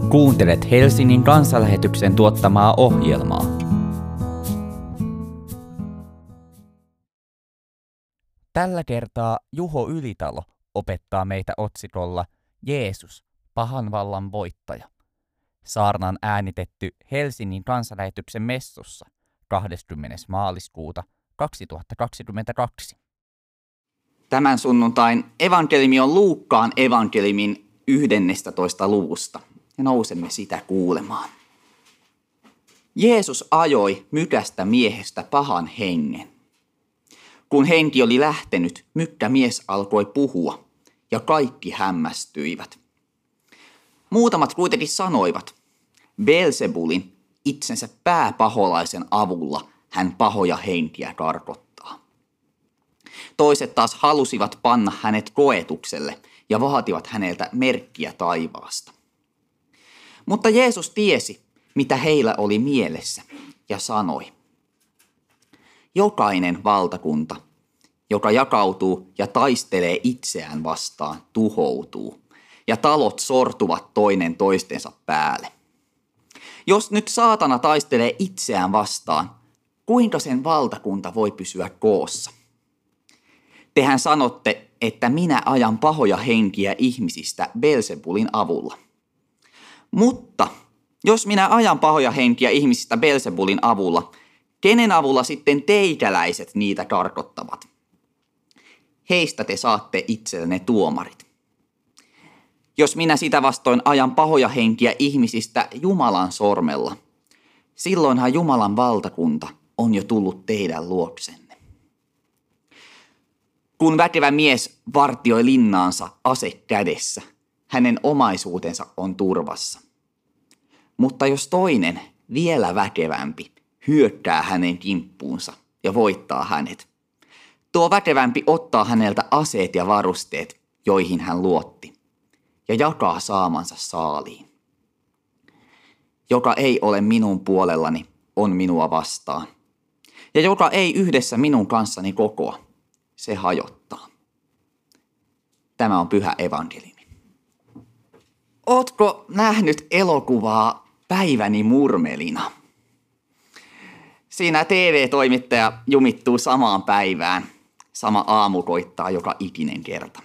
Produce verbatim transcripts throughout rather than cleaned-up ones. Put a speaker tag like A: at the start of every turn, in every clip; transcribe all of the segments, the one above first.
A: Kuuntelet Helsingin kansanlähetyksen tuottamaa ohjelmaa. Tällä kertaa Juho Ylitalo opettaa meitä otsikolla Jeesus, pahan vallan voittaja. Saarna on äänitetty Helsingin kansanlähetyksen messussa kahdeskymmenes maaliskuuta kaksituhattakaksikymmentäkaksi. Tämän sunnuntain evankeliumi on Luukkaan evankeliumin yhdennestätoista luvusta ja nousemme sitä kuulemaan. Jeesus ajoi mykästä miehestä pahan hengen. Kun henki oli lähtenyt, mykkämies alkoi puhua ja kaikki hämmästyivät. Muutamat kuitenkin sanoivat, Beelzebulin, itsensä pääpaholaisen avulla hän pahoja henkiä karkottaa. Toiset taas halusivat panna hänet koetukselle ja vaativat häneltä merkkiä taivaasta. Mutta Jeesus tiesi, mitä heillä oli mielessä, ja sanoi, jokainen valtakunta, joka jakautuu ja taistelee itseään vastaan, tuhoutuu, ja talot sortuvat toinen toistensa päälle. Jos nyt saatana taistelee itseään vastaan, kuinka sen valtakunta voi pysyä koossa? Tehän sanotte, että minä ajan pahoja henkiä ihmisistä Beelzebulin avulla. Mutta jos minä ajan pahoja henkiä ihmisistä Beelzebulin avulla, kenen avulla sitten teikäläiset niitä karkottavat? Heistä te saatte itsellenne tuomarit. Jos minä sitä vastoin ajan pahoja henkiä ihmisistä Jumalan sormella, silloinhan Jumalan valtakunta on jo tullut teidän luoksenne. Kun väkevä mies vartioi linnaansa ase kädessä, hänen omaisuutensa on turvassa. Mutta jos toinen, vielä väkevämpi, hyökkää hänen kimppuunsa ja voittaa hänet, tuo väkevämpi ottaa häneltä aseet ja varusteet, joihin hän luotti, ja jakaa saamansa saaliin. Joka ei ole minun puolellani, on minua vastaan, ja joka ei yhdessä minun kanssani kokoa, se hajottaa. Tämä on pyhä evankeliumi. Ootko nähnyt elokuvaa Päiväni murmelina? Siinä T V-toimittaja jumittuu samaan päivään. Sama aamu koittaa joka ikinen kerta.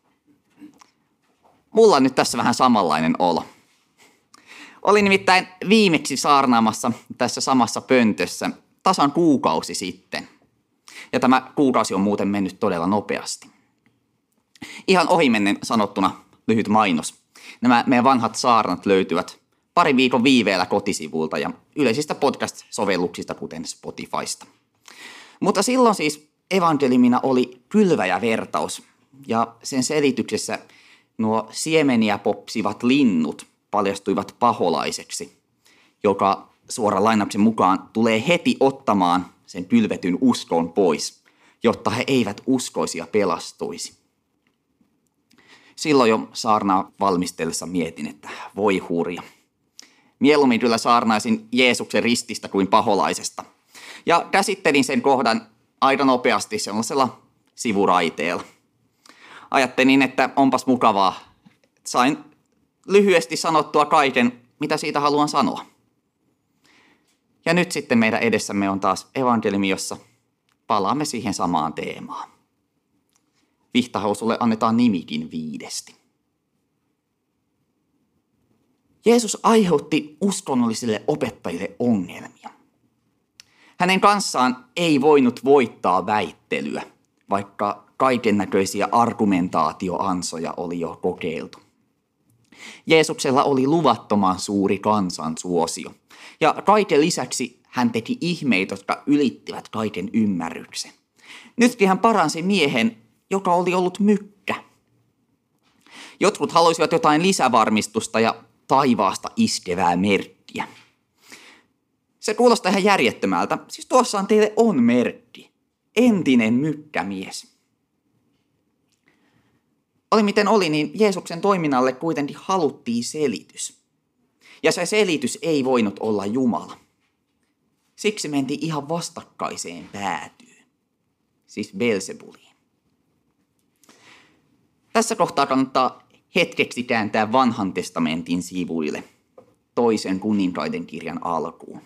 A: Mulla on nyt tässä vähän samanlainen olo. Olin nimittäin viimeksi saarnaamassa tässä samassa pöntössä tasan kuukausi sitten. Ja tämä kuukausi on muuten mennyt todella nopeasti. Ihan ohimennen sanottuna lyhyt mainos. Nämä meidän vanhat saarnat löytyvät parin viikon viiveellä kotisivuilta ja yleisistä podcast-sovelluksista, kuten Spotifysta. Mutta silloin siis evankeliumina oli kylväjävertaus, ja sen selityksessä nuo siemeniä popsivat linnut paljastuivat paholaiseksi, joka suoran lainauksen mukaan tulee heti ottamaan sen kylvetyn uskon pois, jotta he eivät uskoisi ja pelastuisi. Silloin jo saarnaa valmistellessa mietin, että voi hurja. Mieluummin kyllä saarnaisin Jeesuksen rististä kuin paholaisesta. Ja käsittelin sen kohdan aika nopeasti sellaisella sivuraiteella. Ajattelin, että onpas mukavaa. Sain lyhyesti sanottua kaiken, mitä siitä haluan sanoa. Ja nyt sitten meidän edessämme on taas evankeliumi, jossa palaamme siihen samaan teemaan. Vihtahousulle annetaan nimikin viidesti. Jeesus aiheutti uskonnollisille opettajille ongelmia. Hänen kanssaan ei voinut voittaa väittelyä, vaikka kaikennäköisiä argumentaatioansoja oli jo kokeiltu. Jeesuksella oli luvattoman suuri kansansuosio, ja kaiken lisäksi hän teki ihmeitä, jotka ylittivät kaiken ymmärryksen. Nytkin hän paransi miehen, joka oli ollut mykkä. Jotkut halusivat jotain lisävarmistusta ja taivaasta iskevää merkkiä. Se kuulostaa ihan järjettömältä. Siis tuossaan teille on merkki. Entinen mykkämies. Oli miten oli, niin Jeesuksen toiminnalle kuitenkin haluttiin selitys. Ja se selitys ei voinut olla Jumala. Siksi mentiin ihan vastakkaiseen päätyyn. Siis Beelzebuliin. Tässä kohtaa kannattaa hetkeksi kääntää vanhan testamentin sivuille toisen kuninkaiden kirjan alkuun.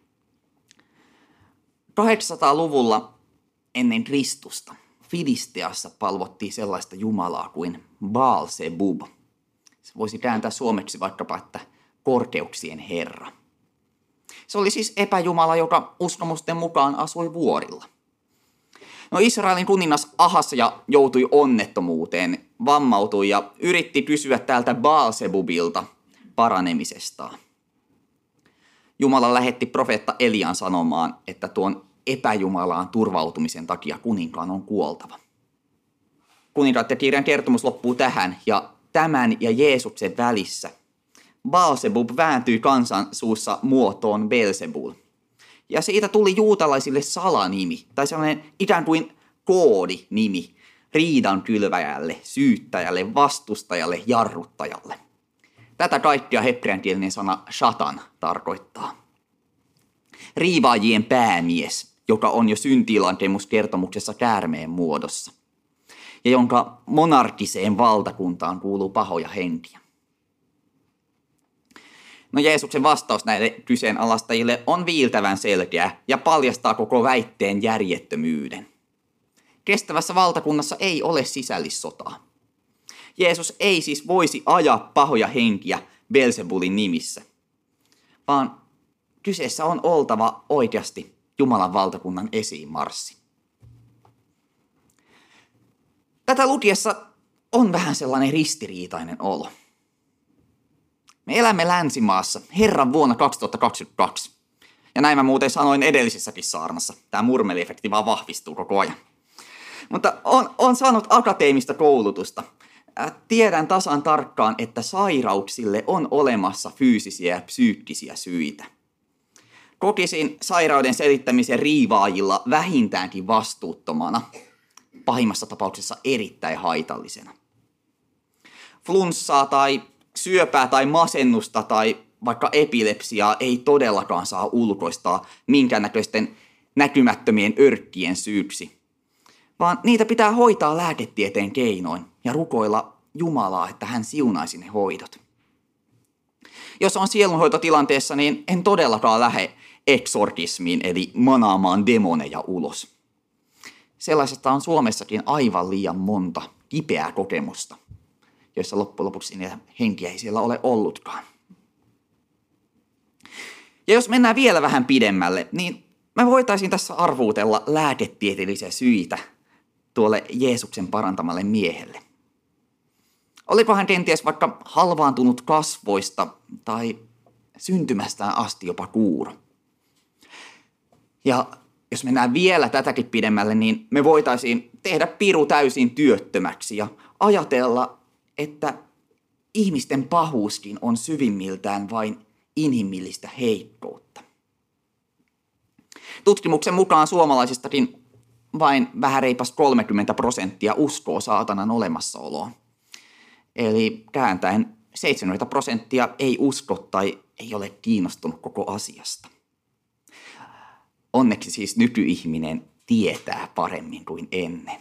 A: kahdeksansataaluvulla ennen Kristusta Filisteassa palvottiin sellaista jumalaa kuin Baal-Zebub. Se voisi kääntää suomeksi vaikkapa, että korkeuksien herra. Se oli siis epäjumala, joka uskomusten mukaan asui vuorilla. No Israelin kuningas Ahasja joutui onnettomuuteen, vammautui ja yritti kysyä täältä Baal-Zebubilta paranemisestaan. Jumala lähetti profeetta Elian sanomaan, että tuon epäjumalaan turvautumisen takia kuninkaan on kuoltava. Kuninkaiden kirjan kertomus loppuu tähän, ja tämän ja Jeesuksen välissä Baal-Zebub vääntyi kansan suussa muotoon Beelzebul. Ja siitä tuli juutalaisille salanimi, tai sellainen ikään kuin koodinimi riidan kylväjälle, syyttäjälle, vastustajalle, jarruttajalle. Tätä kaikkea hebreankielinen sana shatan tarkoittaa. Riivaajien päämies, joka on jo syntiilankemuskertomuksessa käärmeen muodossa, ja jonka monarkiseen valtakuntaan kuuluu pahoja henkiä. No Jeesuksen vastaus näille kyseenalaistajille on viiltävän selkeä ja paljastaa koko väitteen järjettömyyden. Kestävässä valtakunnassa ei ole sisällissotaa. Jeesus ei siis voisi ajaa pahoja henkiä Beelzebulin nimissä, vaan kyseessä on oltava oikeasti Jumalan valtakunnan esiinmarssi. Tätä lukiessa on vähän sellainen ristiriitainen olo. Me elämme länsimaassa Herran vuonna kaksituhattakaksikymmentäkaksi. Ja näin mä muuten sanoin edellisessäkin saarnassa. Tämä murmeliefekti vaan vahvistuu koko ajan. Mutta on, on saanut akateemista koulutusta. Tiedän tasan tarkkaan, että sairauksille on olemassa fyysisiä ja psyykkisiä syitä. Kokisin sairauden selittämisen riivaajilla vähintäänkin vastuuttomana, pahimmassa tapauksessa erittäin haitallisena. Flunssaa tai syöpää tai masennusta tai vaikka epilepsiaa ei todellakaan saa ulkoistaa minkäännäköisten näkymättömien örkkien syyksi, vaan niitä pitää hoitaa lääketieteen keinoin ja rukoilla Jumalaa, että hän siunaisi ne hoidot. Jos on sielunhoitotilanteessa, niin en todellakaan lähde eksorkismiin eli manaamaan demoneja ulos. Sellaisesta on Suomessakin aivan liian monta kipeää kokemusta, joissa loppujen lopuksi niitä henkiä ei siellä ole ollutkaan. Ja jos mennään vielä vähän pidemmälle, niin me voitaisiin tässä arvuutella lääketieteellisiä syitä tuolle Jeesuksen parantamalle miehelle. Oliko hän kenties vaikka halvaantunut kasvoista tai syntymästään asti jopa kuuro? Ja jos mennään vielä tätäkin pidemmälle, niin me voitaisiin tehdä piru täysin työttömäksi ja ajatella, että ihmisten pahuuskin on syvimmiltään vain inhimillistä heikkoutta. Tutkimuksen mukaan suomalaisistakin vain vähän reipas kolmekymmentä prosenttia uskoo saatanan olemassaoloon. Eli kääntäen seitsemänkymmentä prosenttia ei usko tai ei ole kiinnostunut koko asiasta. Onneksi siis nykyihminen tietää paremmin kuin ennen.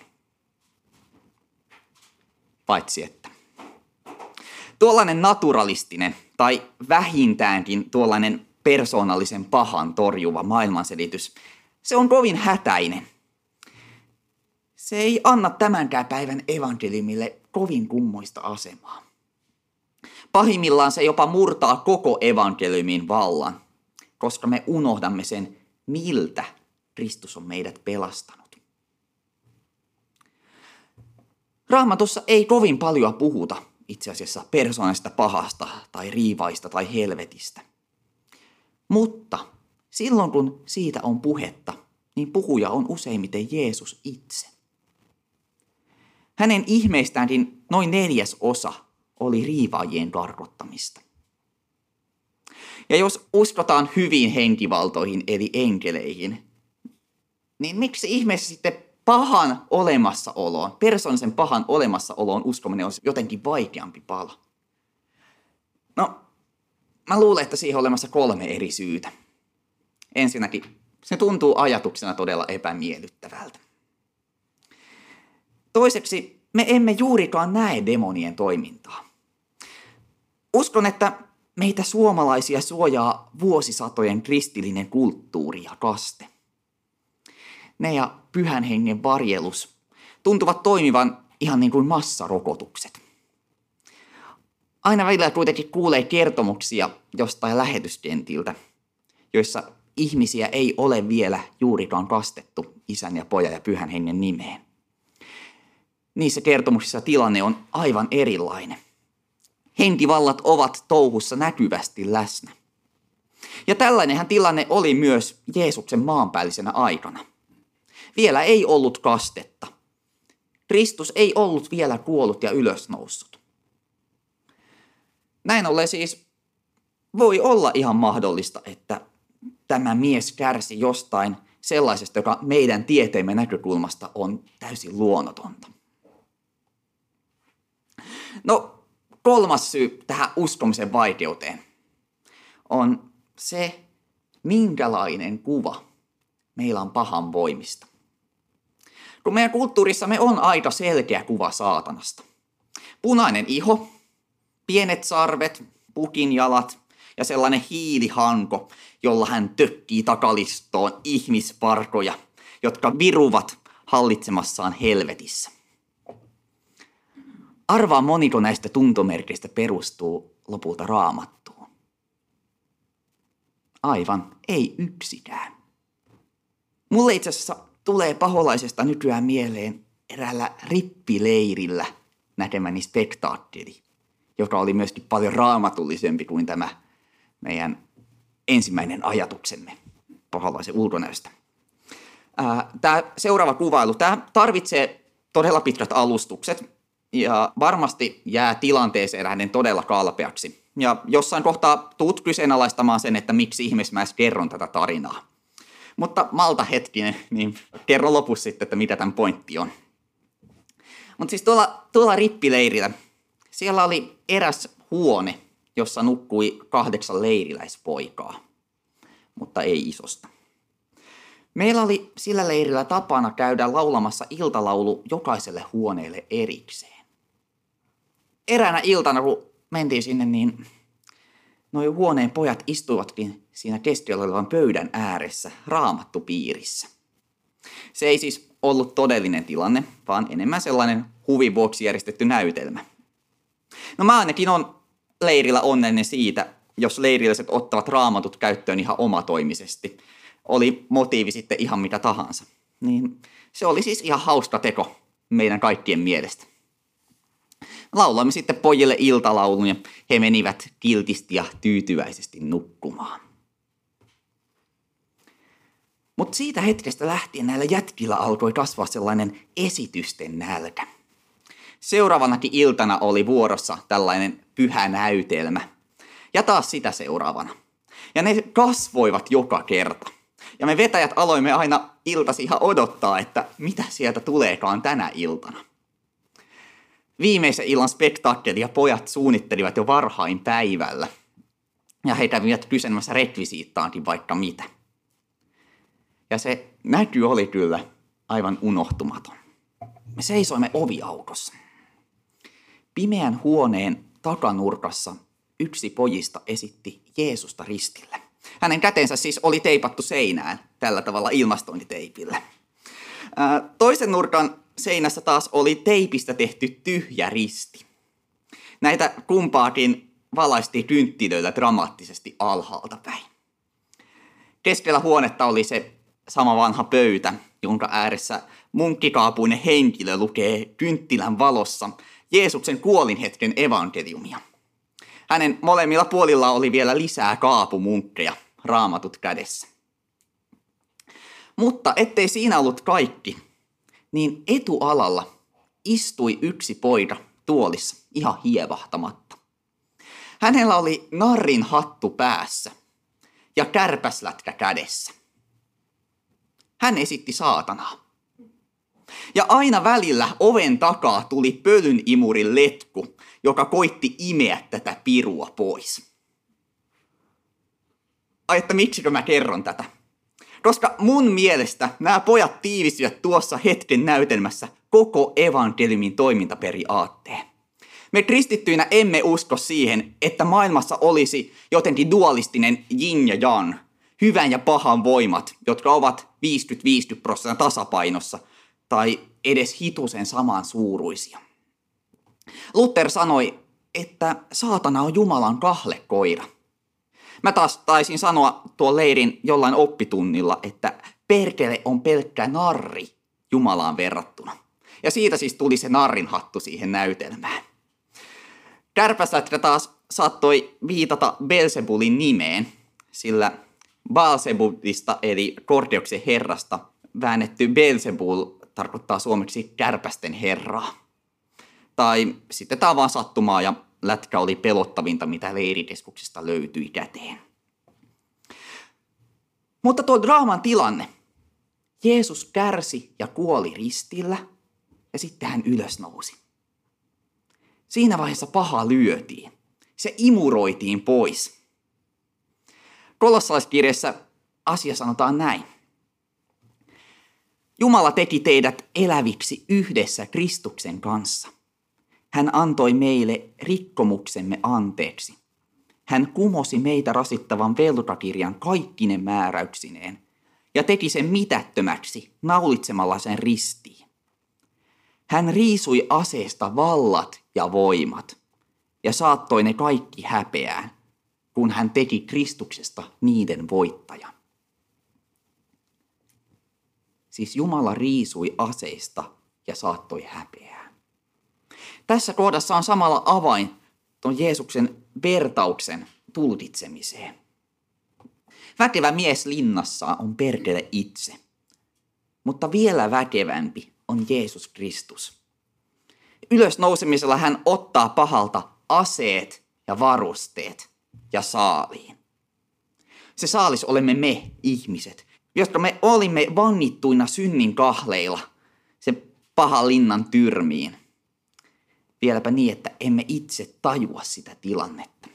A: Paitsi että tuollainen naturalistinen tai vähintäänkin tuollainen persoonallisen pahan torjuva maailmanselitys, se on kovin hätäinen. Se ei anna tämänkään päivän evankeliumille kovin kummoista asemaa. Pahimmillaan se jopa murtaa koko evankeliumin vallan, koska me unohdamme sen, miltä Kristus on meidät pelastanut. Raamatussa ei kovin paljon puhuta itse asiassa persoonasta pahasta tai riivaista tai helvetistä. Mutta silloin kun siitä on puhetta, niin puhuja on useimmiten Jeesus itse. Hänen ihmeistäänkin noin neljäs osa oli riivaajien karkottamista. Ja jos uskotaan hyviin henkivaltoihin eli enkeleihin, niin miksi ihmeessä sitten pahan olemassaoloon, persoonallisen pahan olemassaoloon uskominen olisi jotenkin vaikeampi pala? No, mä luulen, että siihen on olemassa kolme eri syytä. Ensinnäkin, se tuntuu ajatuksena todella epämiellyttävältä. Toiseksi, me emme juurikaan näe demonien toimintaa. Uskon, että meitä suomalaisia suojaa vuosisatojen kristillinen kulttuuri ja kaste. Ne ja pyhän hengen varjelus tuntuvat toimivan ihan niin kuin massarokotukset. Aina välillä kuitenkin kuulee kertomuksia jostain lähetyskentiltä, joissa ihmisiä ei ole vielä juurikaan kastettu Isän ja Pojan ja Pyhän Hengen nimeen. Niissä kertomuksissa tilanne on aivan erilainen. Henkivallat ovat touhussa näkyvästi läsnä. Ja tällainenhan tilanne oli myös Jeesuksen maanpäällisenä aikana. Vielä ei ollut kastetta. Kristus ei ollut vielä kuollut ja ylösnoussut. Näin ollen siis voi olla ihan mahdollista, että tämä mies kärsi jostain sellaisesta, joka meidän tieteemme näkökulmasta on täysin luonnotonta. No, kolmas syy tähän uskomisen vaikeuteen on se, minkälainen kuva meillä on pahan voimista. Kun meidän kulttuurissamme on aika selkeä kuva saatanasta. Punainen iho, pienet sarvet, pukin jalat ja sellainen hiilihanko, jolla hän tökkii takalistoon ihmisparkoja, jotka viruvat hallitsemassaan helvetissä. Arvaa moniko näistä tuntomerkeistä perustuu lopulta Raamattuun. Aivan, ei yksikään. Mulle itse asiassa tulee paholaisesta nykyään mieleen eräällä rippileirillä näkemäni spektaakkeli, joka oli myöskin paljon raamatullisempi kuin tämä meidän ensimmäinen ajatuksemme paholaisen ulkonäöstä. Tämä seuraava kuvailu, tämä tarvitsee todella pitkät alustukset ja varmasti jää tilanteeseen nähden todella kalpeaksi. Ja jossain kohtaa tuut kyseenalaistamaan sen, että miksi ihmeessä mä edes kerron tätä tarinaa. Mutta malta hetkinen, niin kerro lopussa sitten, että mitä tämän pointti on. Mutta siis tuolla, tuolla rippileirillä, siellä oli eräs huone, jossa nukkui kahdeksan leiriläispoikaa, mutta ei isosta. Meillä oli sillä leirillä tapana käydä laulamassa iltalaulu jokaiselle huoneelle erikseen. Eräänä iltana, kun mentiin sinne, niin nuo huoneen pojat istuivatkin siinä keskellä olevan pöydän ääressä raamattupiirissä. Se ei siis ollut todellinen tilanne, vaan enemmän sellainen huvin vuoksi järjestetty näytelmä. No mä ainakin on leirillä onnellinen siitä, jos leirilliset ottavat raamatut käyttöön ihan omatoimisesti. Oli motiivi sitten ihan mitä tahansa. Niin se oli siis ihan hauska teko meidän kaikkien mielestä. Lauloimme sitten pojille iltalaulun ja he menivät kiltisti ja tyytyväisesti nukkumaan. Mutta siitä hetkestä lähtien näillä jätkillä alkoi kasvaa sellainen esitysten nälkä. Seuraavanakin iltana oli vuorossa tällainen pyhä näytelmä. Ja taas sitä seuraavana. Ja ne kasvoivat joka kerta. Ja me vetäjät aloimme aina iltasi ihan odottaa, että mitä sieltä tuleekaan tänä iltana. Viimeisen illan spektaakkelia pojat suunnittelivat jo varhain päivällä. Ja he kävivät kysymässä rekvisiittaankin vaikka mitä. Ja se näky oli kyllä aivan unohtumaton. Me seisoimme oviaukossa. Pimeän huoneen takanurkassa yksi pojista esitti Jeesusta ristillä. Hänen kätensä siis oli teipattu seinään tällä tavalla ilmastointiteipillä. Toisen nurkan seinässä taas oli teipistä tehty tyhjä risti. Näitä kumpaakin valaistiin kynttilöillä dramaattisesti alhaalta päin. Keskellä huonetta oli se sama vanha pöytä, jonka ääressä munkkikaapuinen henkilö lukee kynttilän valossa Jeesuksen kuolinhetken evankeliumia. Hänen molemmilla puolilla oli vielä lisää kaapumunkkeja, raamatut kädessä. Mutta ettei siinä ollut kaikki, niin etualalla istui yksi poika tuolissa ihan hievahtamatta. Hänellä oli narrin hattu päässä ja kärpäslätkä kädessä. Hän esitti saatanaa. Ja aina välillä oven takaa tuli pölyn imurin letku, joka koitti imeä tätä pirua pois. Ai, että miksikö mä kerron tätä? Koska mun mielestä nämä pojat tiivisivät tuossa hetken näytelmässä koko evankeliumin toimintaperiaatteen. Me kristittyinä emme usko siihen, että maailmassa olisi jotenkin dualistinen yin ja yang, hyvän ja pahan voimat, jotka ovat viisikymmentä viisikymmentä prosenttia tasapainossa tai edes hitusen saman suuruisia. Luther sanoi, että saatana on Jumalan kahlekoira. Mä taas taisin sanoa tuon leirin jollain oppitunnilla, että perkele on pelkkä narri Jumalaan verrattuna. Ja siitä siis tuli se narrinhattu siihen näytelmään. Kärpäsätkä taas saattoi viitata Beelzebulin nimeen, sillä Baalzebulista eli korkeuksen herrasta väännetty Beelzebul tarkoittaa suomeksi kärpästen herraa. Tai sitten tämä on vaan sattumaa ja lätkä oli pelottavinta, mitä leirikeskuksesta löytyi käteen. Mutta tuo draaman tilanne. Jeesus kärsi ja kuoli ristillä ja sitten hän ylösnousi. Siinä vaiheessa paha lyötiin. Se imuroitiin pois. Kolossalaiskirjassa asia sanotaan näin. Jumala teki teidät eläviksi yhdessä Kristuksen kanssa. Hän antoi meille rikkomuksemme anteeksi. Hän kumosi meitä rasittavan velkakirjan kaikkine määräyksineen ja teki sen mitättömäksi naulitsemalla sen ristiin. Hän riisui aseesta vallat ja voimat ja saattoi ne kaikki häpeään, kun hän teki Kristuksesta niiden voittajan. Siis Jumala riisui aseista ja saattoi häpeään. Tässä kohdassa on samalla avain tuon Jeesuksen vertauksen tulkitsemiseen. Väkevä mies linnassa on perkele itse, mutta vielä väkevämpi on Jeesus Kristus. Ylösnousemisella hän ottaa pahalta aseet ja varusteet ja saaliin. Se saalis olemme me ihmiset, jotka me olimme vangittuina synnin kahleilla, se paha linnan tyrmiin. Vieläpä niin, että emme itse tajua sitä tilannetta.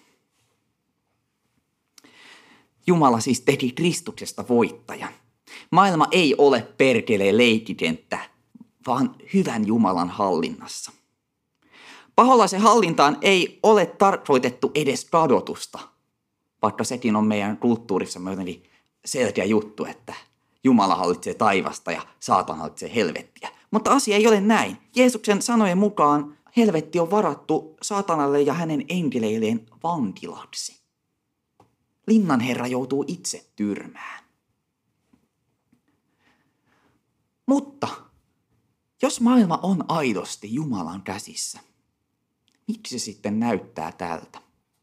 A: Jumala siis teki Kristuksesta voittajan. Maailma ei ole perkeleen leikikenttä, vaan hyvän Jumalan hallinnassa. Paholaisen hallintaan ei ole tarkoitettu edes kadotusta, vaikka sekin on meidän kulttuurissamme jotenkin selkeä juttu, että Jumala hallitsee taivasta ja saatan hallitsee helvettiä. Mutta asia ei ole näin. Jeesuksen sanojen mukaan helvetti on varattu saatanalle ja hänen enkeleilleen vankilaksi. Linnanherra joutuu itse tyrmään. Mutta jos maailma on aidosti Jumalan käsissä, miksi se sitten näyttää tältä?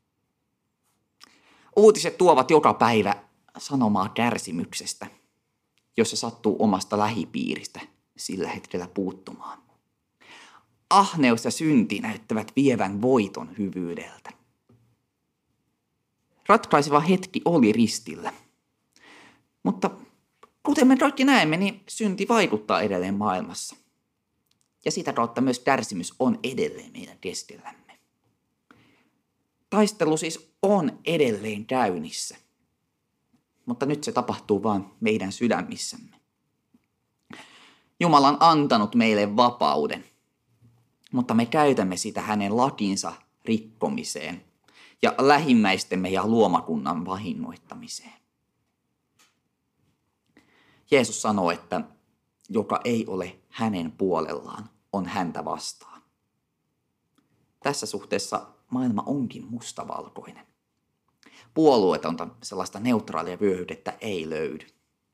A: Uutiset tuovat joka päivä sanomaa kärsimyksestä, jos se sattuu omasta lähipiiristä sillä hetkellä puuttumaan. Ahneus ja synti näyttävät vievän voiton hyvyydeltä. Ratkaiseva hetki oli ristillä. Mutta kuten me kaikki näemme, niin synti vaikuttaa edelleen maailmassa. Ja sitä kautta myös kärsimys on edelleen meidän keskellämme. Taistelu siis on edelleen käynnissä. Mutta nyt se tapahtuu vain meidän sydämissämme. Jumala on antanut meille vapauden, mutta me käytämme sitä hänen lakinsa rikkomiseen ja lähimmäistemme ja luomakunnan vahingoittamiseen. Jeesus sanoo, että joka ei ole hänen puolellaan, on häntä vastaan. Tässä suhteessa maailma onkin mustavalkoinen. Puolueetonta sellaista neutraalia vyöhykettä ei löydy.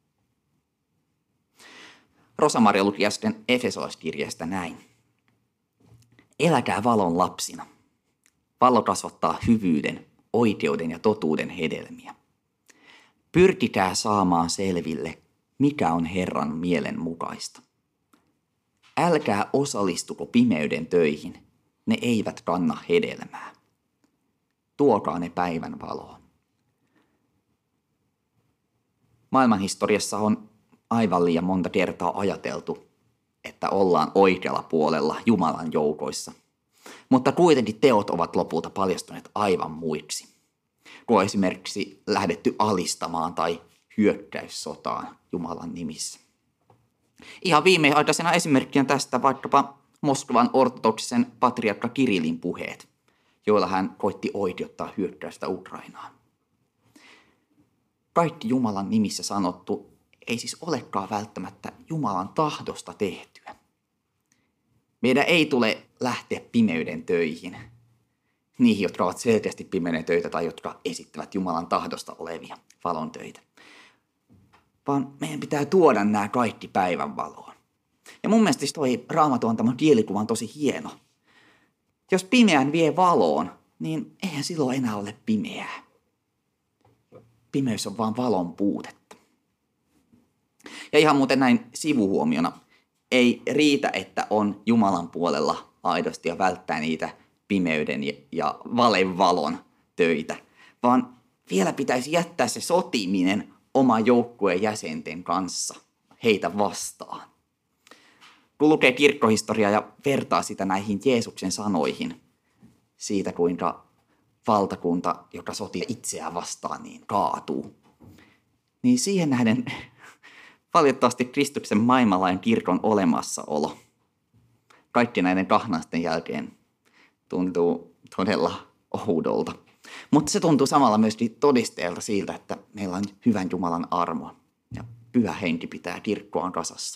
A: Rosa-Maria luki äsken Efesolaiskirjeestä näin. Eläkää valon lapsina. Valo kasvattaa hyvyyden, oikeuden ja totuuden hedelmiä. Pyrkikää saamaan selville, mikä on Herran mielen mukaista. Älkää osallistuko pimeyden töihin, ne eivät kanna hedelmää. Tuokaa ne päivän valoon. Maailmanhistoriassa on aivan liian monta kertaa ajateltu, että ollaan oikealla puolella Jumalan joukoissa. Mutta kuitenkin teot ovat lopulta paljastuneet aivan muiksi, kun on esimerkiksi lähdetty alistamaan tai hyökkäyssotaan Jumalan nimissä. Ihan viimeaikaisena esimerkkinä tästä vaikkapa Moskovan ortodoksisen patriarkka Kirillin puheet, joilla hän koitti oikeuttaa hyökkäystä Ukrainaan. Kaikki Jumalan nimissä sanottu ei siis olekaan välttämättä Jumalan tahdosta tehtyä. Meidän ei tule lähteä pimeyden töihin, niihin, jotka ovat selkeästi pimeyden töitä tai jotka esittävät Jumalan tahdosta olevia valon töitä. Vaan meidän pitää tuoda nämä kaikki päivän valoon. Ja mun mielestä toi Raamatun antama kielikuva on tosi hieno. Jos pimeän vie valoon, niin eihän silloin enää ole pimeää. Pimeys on vaan valon puutetta. Ja ihan muuten näin sivuhuomiona, ei riitä, että on Jumalan puolella aidosti ja välttää niitä pimeyden ja valevalon töitä, vaan vielä pitäisi jättää se sotiminen oman joukkueen jäsenten kanssa heitä vastaan. Kun lukee kirkkohistoriaa ja vertaa sitä näihin Jeesuksen sanoihin siitä, kuinka valtakunta, joka sotii itseään vastaan, niin kaatuu, niin siihen nähden valitettavasti Kristuksen maailmanlain kirkon olemassaolo kaikki näiden kahnasten jälkeen tuntuu todella oudolta. Mutta se tuntuu samalla myös todisteelta siltä, että meillä on hyvän Jumalan armo ja pyhä henki pitää kirkkoaan kasassa.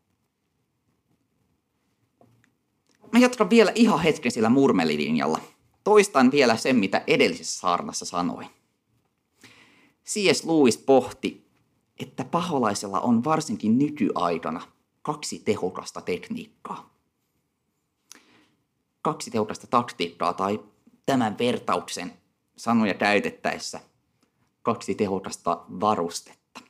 A: Mä jatkan vielä ihan hetken sillä murmelilinjalla. Toistan vielä sen, mitä edellisessä saarnassa sanoin. C S Lewis pohti, että paholaisella on varsinkin nykyaikana kaksi tehokasta tekniikkaa. Kaksi tehokasta taktiikkaa tai tämän vertauksen sanoja käytettäessä kaksi tehokasta varustetta.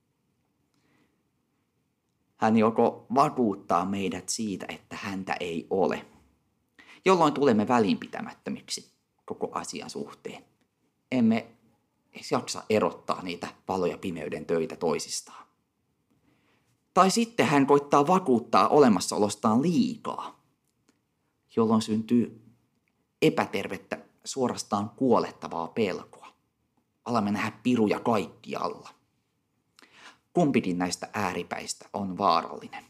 A: Hän joko vakuuttaa meidät siitä, että häntä ei ole, jolloin tulemme välinpitämättömiksi koko asian suhteen. Emme edes jaksa erottaa niitä valo- ja pimeyden töitä toisistaan. Tai sitten hän koittaa vakuuttaa olemassaolostaan liikaa, jolloin syntyy epätervettä, suorastaan kuolettavaa pelkoa. Alamme nähdä piruja kaikkialla. Kumpikin näistä ääripäistä on vaarallinen.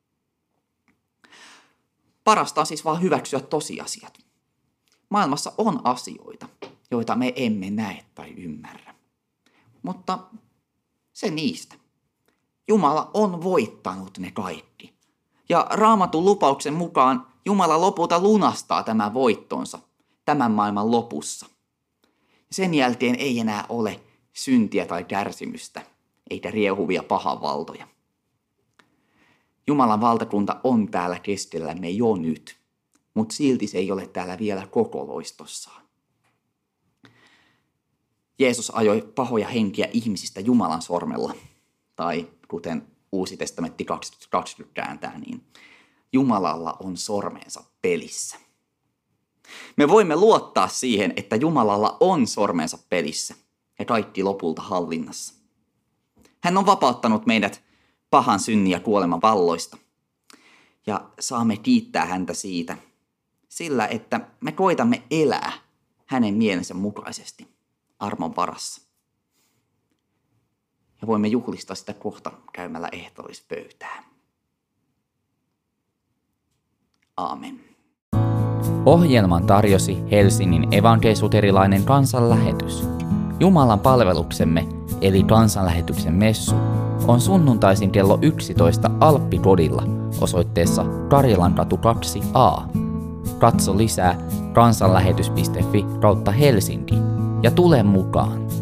A: Parasta on siis vaan hyväksyä tosiasiat. Maailmassa on asioita, joita me emme näe tai ymmärrä. Mutta se niistä. Jumala on voittanut ne kaikki. Ja Raamatun lupauksen mukaan Jumala lopulta lunastaa tämän voittonsa tämän maailman lopussa. Sen jälkeen ei enää ole syntiä tai kärsimystä, eikä riehuvia pahanvaltoja. Jumalan valtakunta on täällä keskellämme jo nyt, mutta silti se ei ole täällä vielä koko loistossaan. Jeesus ajoi pahoja henkiä ihmisistä Jumalan sormella, tai kuten Uusi testamentti kaksikymmentä kääntää, niin Jumalalla on sormensa pelissä. Me voimme luottaa siihen, että Jumalalla on sormensa pelissä ja kaikki lopulta hallinnassa. Hän on vapauttanut meidät pahan synnin ja kuoleman valloista. Ja saamme kiittää häntä siitä, sillä että me koitamme elää hänen mielensä mukaisesti armon varassa. Ja voimme juhlistaa sitä kohta käymällä ehtoollispöytään. Aamen.
B: Ohjelman tarjosi Helsingin evankelis-luterilainen kansanlähetys. Jumalan palveluksemme eli kansanlähetyksen messu on sunnuntaisin kello yksitoista Alppikodilla osoitteessa Karjalankatu kaksi A. Katso lisää kansanlähetys piste fi kautta Helsinki ja tule mukaan.